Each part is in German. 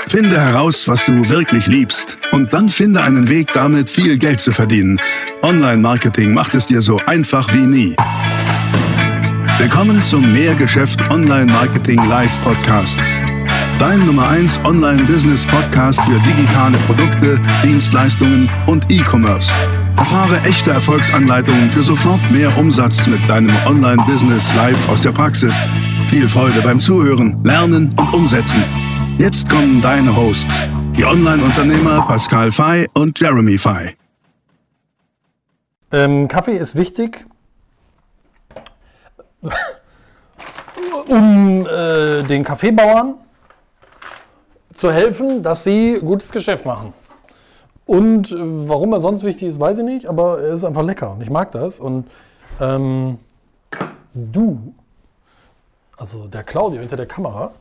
Finde heraus, was du wirklich liebst und dann finde einen Weg, damit viel Geld zu verdienen. Online-Marketing macht es dir so einfach wie nie. Willkommen zum Mehrgeschäft Online-Marketing Live Podcast. Dein Nummer 1 Online-Business-Podcast für digitale Produkte, Dienstleistungen und E-Commerce. Erfahre echte Erfolgsanleitungen für sofort mehr Umsatz mit deinem Online-Business live aus der Praxis. Viel Freude beim Zuhören, Lernen und Umsetzen. Jetzt kommen deine Hosts, die Online-Unternehmer Pascal Fay und Jeremy Fay. Kaffee ist wichtig, um den Kaffeebauern zu helfen, dass sie gutes Geschäft machen. Und warum er sonst wichtig ist, weiß ich nicht, aber er ist einfach lecker und ich mag das. Und also der Claudio hinter der Kamera,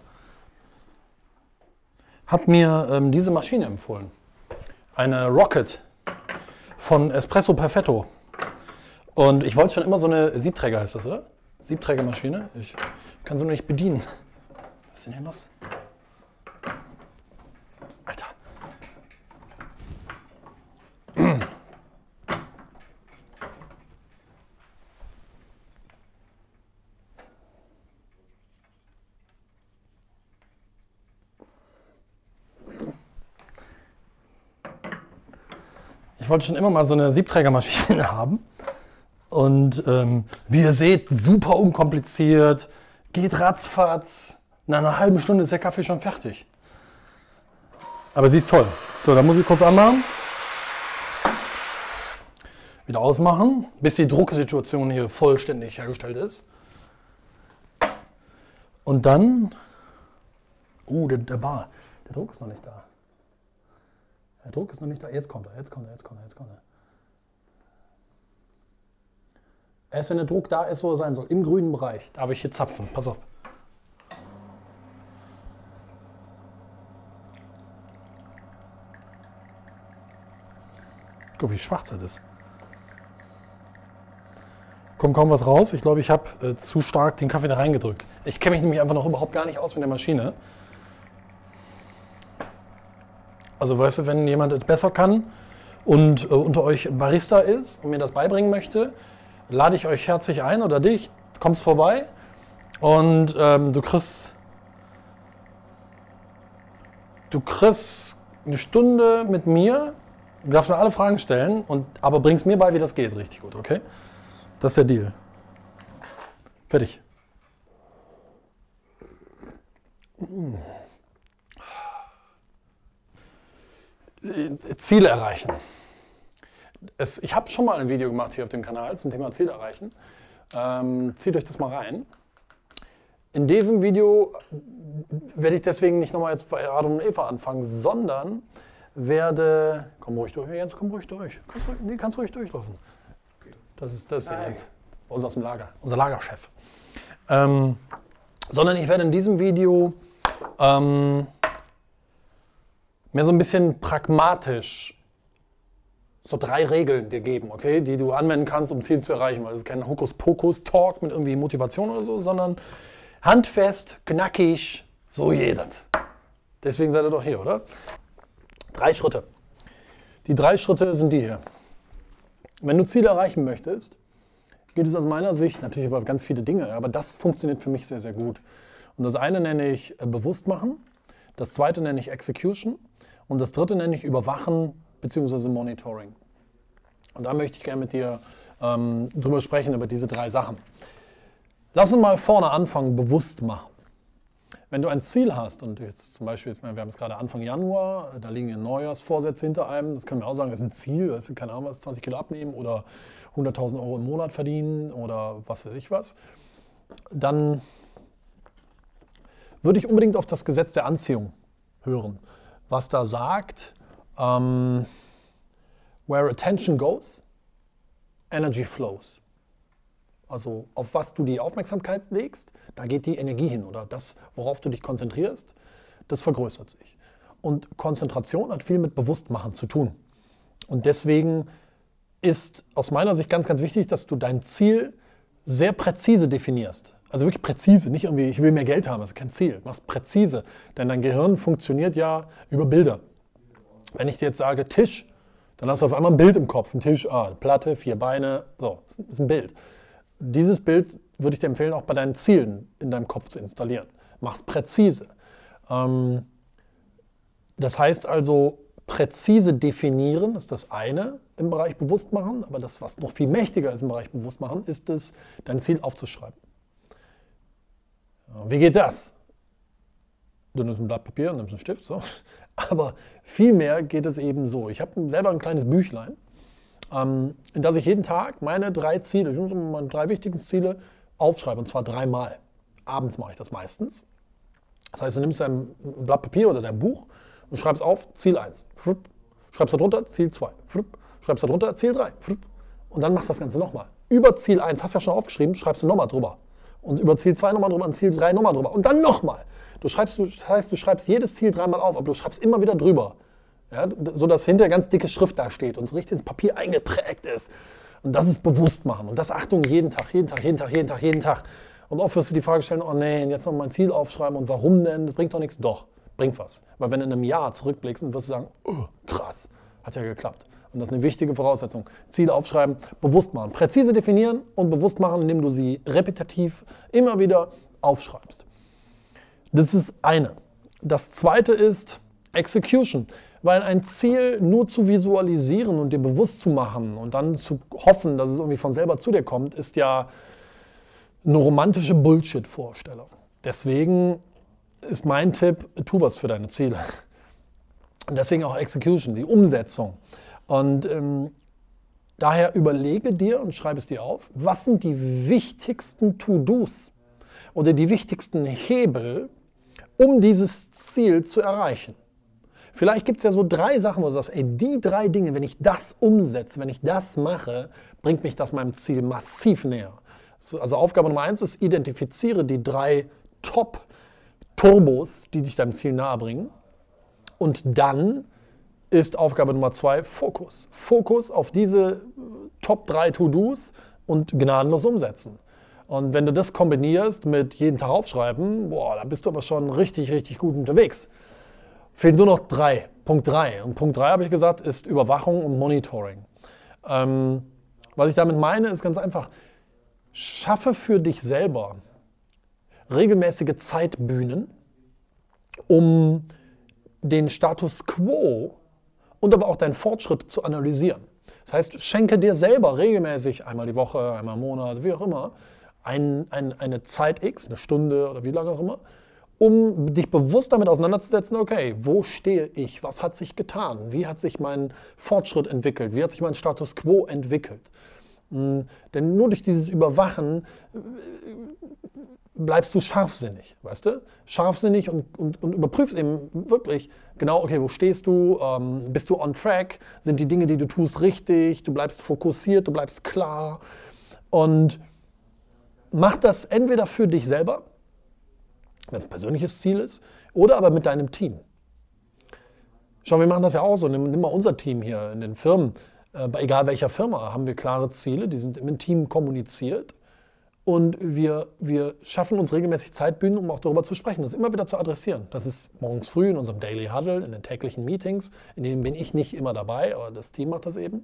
hat mir diese Maschine empfohlen. Eine Rocket von Espresso Perfetto. Und ich wollte schon immer so eine Siebträger, heißt das, oder? Siebträgermaschine. Ich kann sie nur nicht bedienen. Was ist denn hier los? Alter. Ich wollte schon immer mal so eine Siebträgermaschine haben und wie ihr seht, super unkompliziert, geht ratzfatz, nach einer halben Stunde ist der Kaffee schon fertig. Aber sie ist toll. So, dann muss ich kurz anmachen, wieder ausmachen, bis die Drucksituation hier vollständig hergestellt ist. Und dann, der Druck ist noch nicht da. Der Druck ist noch nicht da. Jetzt kommt er. Erst wenn der Druck da ist, wo er sein soll, im grünen Bereich, darf ich hier zapfen. Pass auf. Guck, wie schwarz das ist. Kommt kaum was raus. Ich glaube, ich habe zu stark den Kaffee da reingedrückt. Ich kenne mich nämlich einfach noch überhaupt gar nicht aus mit der Maschine. Also weißt du, wenn jemand es besser kann und unter euch Barista ist und mir das beibringen möchte, lade ich euch herzlich ein oder dich, kommst vorbei und du kriegst eine Stunde mit mir, du darfst mir alle Fragen stellen, aber bringst mir bei, wie das geht, richtig gut, okay? Das ist der Deal. Fertig. Ziele erreichen. Ich habe schon mal ein Video gemacht hier auf dem Kanal zum Thema Ziele erreichen. Zieht euch das mal rein. In diesem Video werde ich deswegen nicht nochmal jetzt bei Adam und Eva anfangen, sondern werde... Komm ruhig durch, Jens, komm ruhig durch. Kannst ruhig durchlaufen. Das ist der Jens, bei uns aus dem Lager, unser Lagerchef. Sondern ich werde in diesem Video mehr so ein bisschen pragmatisch so 3 Regeln dir geben, okay, die du anwenden kannst, um Ziel zu erreichen. Weil das ist kein Hokuspokus-Talk mit irgendwie Motivation oder so, sondern handfest, knackig, so jedes. Deswegen seid ihr doch hier, oder? 3 Schritte. Die 3 Schritte sind die hier. Wenn du Ziele erreichen möchtest, geht es aus meiner Sicht natürlich über ganz viele Dinge, aber das funktioniert für mich sehr, sehr gut. Und das eine nenne ich bewusst machen, das zweite nenne ich Execution und das dritte nenne ich Überwachen bzw. Monitoring. Und da möchte ich gerne mit dir drüber sprechen, über diese 3 Sachen. Lass uns mal vorne anfangen, bewusst machen. Wenn du ein Ziel hast und jetzt zum Beispiel, wir haben es gerade Anfang Januar, da liegen ja Neujahrsvorsätze hinter einem, das können wir auch sagen, das ist ein Ziel, das ist keine Ahnung was, 20 Kilo abnehmen oder 100.000 Euro im Monat verdienen oder was weiß ich was, dann würde ich unbedingt auf das Gesetz der Anziehung hören, was da sagt, where attention goes, energy flows. Also auf was du die Aufmerksamkeit legst, da geht die Energie hin oder das, worauf du dich konzentrierst, das vergrößert sich. Und Konzentration hat viel mit Bewusstmachen zu tun. Und deswegen ist aus meiner Sicht ganz, ganz wichtig, dass du dein Ziel sehr präzise definierst. Also wirklich präzise, nicht irgendwie, ich will mehr Geld haben, das ist kein Ziel. Mach's präzise, denn dein Gehirn funktioniert ja über Bilder. Wenn ich dir jetzt sage Tisch, dann hast du auf einmal ein Bild im Kopf. Ein Tisch, eine Platte, 4 Beine, so, das ist ein Bild. Dieses Bild würde ich dir empfehlen, auch bei deinen Zielen in deinem Kopf zu installieren. Mach's präzise. Das heißt also, präzise definieren ist das eine im Bereich Bewusstmachen, aber das, was noch viel mächtiger ist im Bereich Bewusstmachen, ist es, dein Ziel aufzuschreiben. Wie geht das? Du nimmst ein Blatt Papier und nimmst einen Stift, so. Aber vielmehr geht es eben so. Ich habe selber ein kleines Büchlein, in das ich jeden Tag meine 3 Ziele, meine 3 wichtigsten Ziele aufschreibe, und zwar 3-mal. Abends mache ich das meistens. Das heißt, du nimmst dein Blatt Papier oder dein Buch und schreibst auf Ziel 1. Schreibst da drunter Ziel 2. Schreibst da drunter Ziel 3. Und dann machst du das Ganze nochmal. Über Ziel 1, hast du ja schon aufgeschrieben, schreibst du nochmal drüber. Und über Ziel 2 nochmal drüber und Ziel 3 nochmal drüber. Und dann nochmal. Das heißt, du schreibst jedes Ziel 3-mal auf, aber du schreibst immer wieder drüber. Ja, sodass hinterher ganz dicke Schrift da steht und so richtig ins Papier eingeprägt ist. Und das ist bewusst machen. Und das, Achtung, jeden Tag. Und oft wirst du die Frage stellen, oh nee, jetzt noch mal ein Ziel aufschreiben und warum denn? Das bringt doch nichts. Doch, bringt was. Weil wenn du in einem Jahr zurückblickst, dann wirst du sagen, oh, krass, hat ja geklappt. Und das ist eine wichtige Voraussetzung. Ziele aufschreiben, bewusst machen. Präzise definieren und bewusst machen, indem du sie repetitiv immer wieder aufschreibst. Das ist eine. Das zweite ist Execution. Weil ein Ziel nur zu visualisieren und dir bewusst zu machen und dann zu hoffen, dass es irgendwie von selber zu dir kommt, ist ja eine romantische Bullshit-Vorstellung. Deswegen ist mein Tipp, tu was für deine Ziele. Und deswegen auch Execution, die Umsetzung. Und daher überlege dir und schreibe es dir auf, was sind die wichtigsten To-Dos oder die wichtigsten Hebel, um dieses Ziel zu erreichen. Vielleicht gibt es ja so 3 Sachen, wo du sagst, ey, die 3 Dinge, wenn ich das umsetze, wenn ich das mache, bringt mich das meinem Ziel massiv näher. Also Aufgabe Nummer 1 ist, identifiziere die 3 Top-Turbos, die dich deinem Ziel nahe bringen. Und dann ist Aufgabe Nummer 2 Fokus. Fokus auf diese Top 3 To-Dos und gnadenlos umsetzen. Und wenn du das kombinierst mit jeden Tag aufschreiben, boah, da bist du aber schon richtig, richtig gut unterwegs. Fehlt nur noch 3. Punkt 3. Und Punkt 3, habe ich gesagt, ist Überwachung und Monitoring. Was ich damit meine, ist ganz einfach. Schaffe für dich selber regelmäßige Zeitbühnen, um den Status quo und aber auch deinen Fortschritt zu analysieren. Das heißt, schenke dir selber regelmäßig, einmal die Woche, einmal im Monat, wie auch immer, eine Zeit X, eine Stunde oder wie lange auch immer, um dich bewusst damit auseinanderzusetzen, okay, wo stehe ich, was hat sich getan, wie hat sich mein Fortschritt entwickelt, wie hat sich mein Status quo entwickelt. Denn nur durch dieses Überwachen bleibst du scharfsinnig, weißt du? Scharfsinnig und überprüfst eben wirklich genau, okay, wo stehst du, bist du on track, sind die Dinge, die du tust, richtig, du bleibst fokussiert, du bleibst klar und mach das entweder für dich selber, wenn es ein persönliches Ziel ist, oder aber mit deinem Team. Schau, wir machen das ja auch so. Nimm mal unser Team hier in den Firmen. Bei egal welcher Firma haben wir klare Ziele, die sind im Team kommuniziert. Und wir schaffen uns regelmäßig Zeitbühnen, um auch darüber zu sprechen, das immer wieder zu adressieren. Das ist morgens früh in unserem Daily Huddle, in den täglichen Meetings, in denen bin ich nicht immer dabei, aber das Team macht das eben.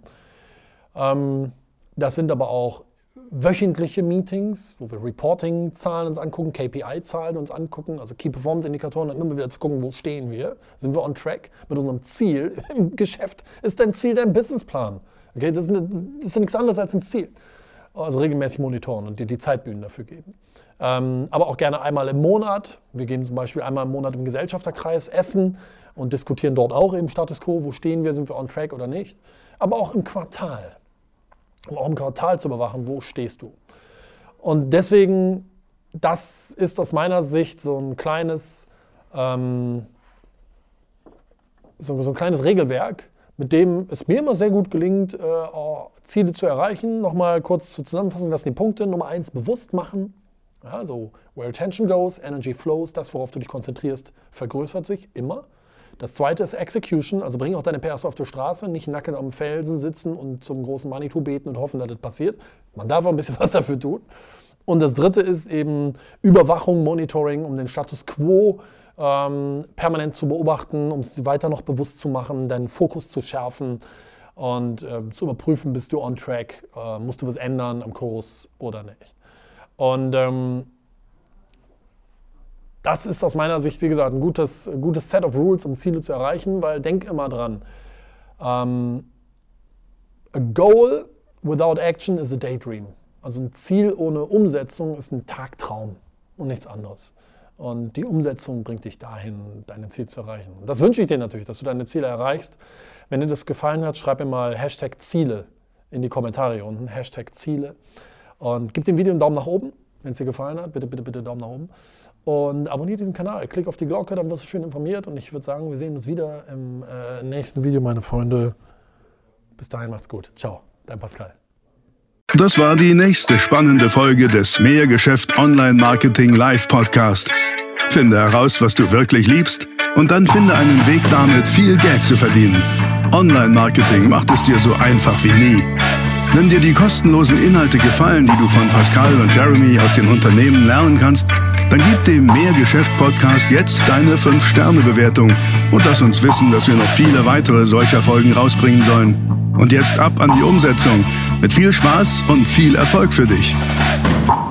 Das sind aber auch wöchentliche Meetings, wo wir Reporting-Zahlen uns angucken, KPI-Zahlen uns angucken, also Key-Performance-Indikatoren, und immer wieder zu gucken, wo stehen wir, sind wir on track mit unserem Ziel im Geschäft, ist dein Ziel dein Businessplan. Okay, das ist nichts anderes als ein Ziel. Also regelmäßig monitoren und dir die Zeitbühnen dafür geben. Aber auch gerne einmal im Monat. Wir gehen zum Beispiel einmal im Monat im Gesellschafterkreis essen und diskutieren dort auch im Status Quo, wo stehen wir, sind wir on track oder nicht. Aber auch im Quartal. Um auch im Quartal zu überwachen, wo stehst du. Und deswegen, das ist aus meiner Sicht so ein kleines, so ein kleines Regelwerk, mit dem es mir immer sehr gut gelingt, Ziele zu erreichen. Nochmal kurz zur Zusammenfassung, das sind die Punkte. Nummer 1, bewusst machen. Ja, so, where attention goes, energy flows, das, worauf du dich konzentrierst, vergrößert sich immer. Das zweite ist Execution, also bring auch deine PS auf die Straße, nicht nackend am Felsen sitzen und zum großen Manitou beten und hoffen, dass das passiert. Man darf auch ein bisschen was dafür tun. Und das dritte ist eben Überwachung, Monitoring, um den Status quo permanent zu beobachten, um es weiter noch bewusst zu machen, deinen Fokus zu schärfen und zu überprüfen, bist du on track, musst du was ändern am Kurs oder nicht. Und das ist aus meiner Sicht, wie gesagt, ein gutes Set of Rules, um Ziele zu erreichen, weil denk immer dran, a goal without action is a daydream. Also ein Ziel ohne Umsetzung ist ein Tagtraum und nichts anderes. Und die Umsetzung bringt dich dahin, dein Ziel zu erreichen. Und das wünsche ich dir natürlich, dass du deine Ziele erreichst. Wenn dir das gefallen hat, schreib mir mal #Ziele in die Kommentare hier unten, #Ziele. Und gib dem Video einen Daumen nach oben, wenn es dir gefallen hat. Bitte, bitte, bitte Daumen nach oben. Und abonniere diesen Kanal, klick auf die Glocke, dann wirst du schön informiert. Und ich würde sagen, wir sehen uns wieder im nächsten Video, meine Freunde. Bis dahin, macht's gut. Ciao, dein Pascal. Das war die nächste spannende Folge des Mehrgeschäft Online Marketing Live Podcast. Finde heraus, was du wirklich liebst und dann finde einen Weg damit, viel Geld zu verdienen. Online Marketing macht es dir so einfach wie nie. Wenn dir die kostenlosen Inhalte gefallen, die du von Pascal und Jeremy aus den Unternehmen lernen kannst, dann gib dem Mehrgeschäft-Podcast jetzt deine 5-Sterne-Bewertung und lass uns wissen, dass wir noch viele weitere solcher Folgen rausbringen sollen. Und jetzt ab an die Umsetzung. Mit viel Spaß und viel Erfolg für dich.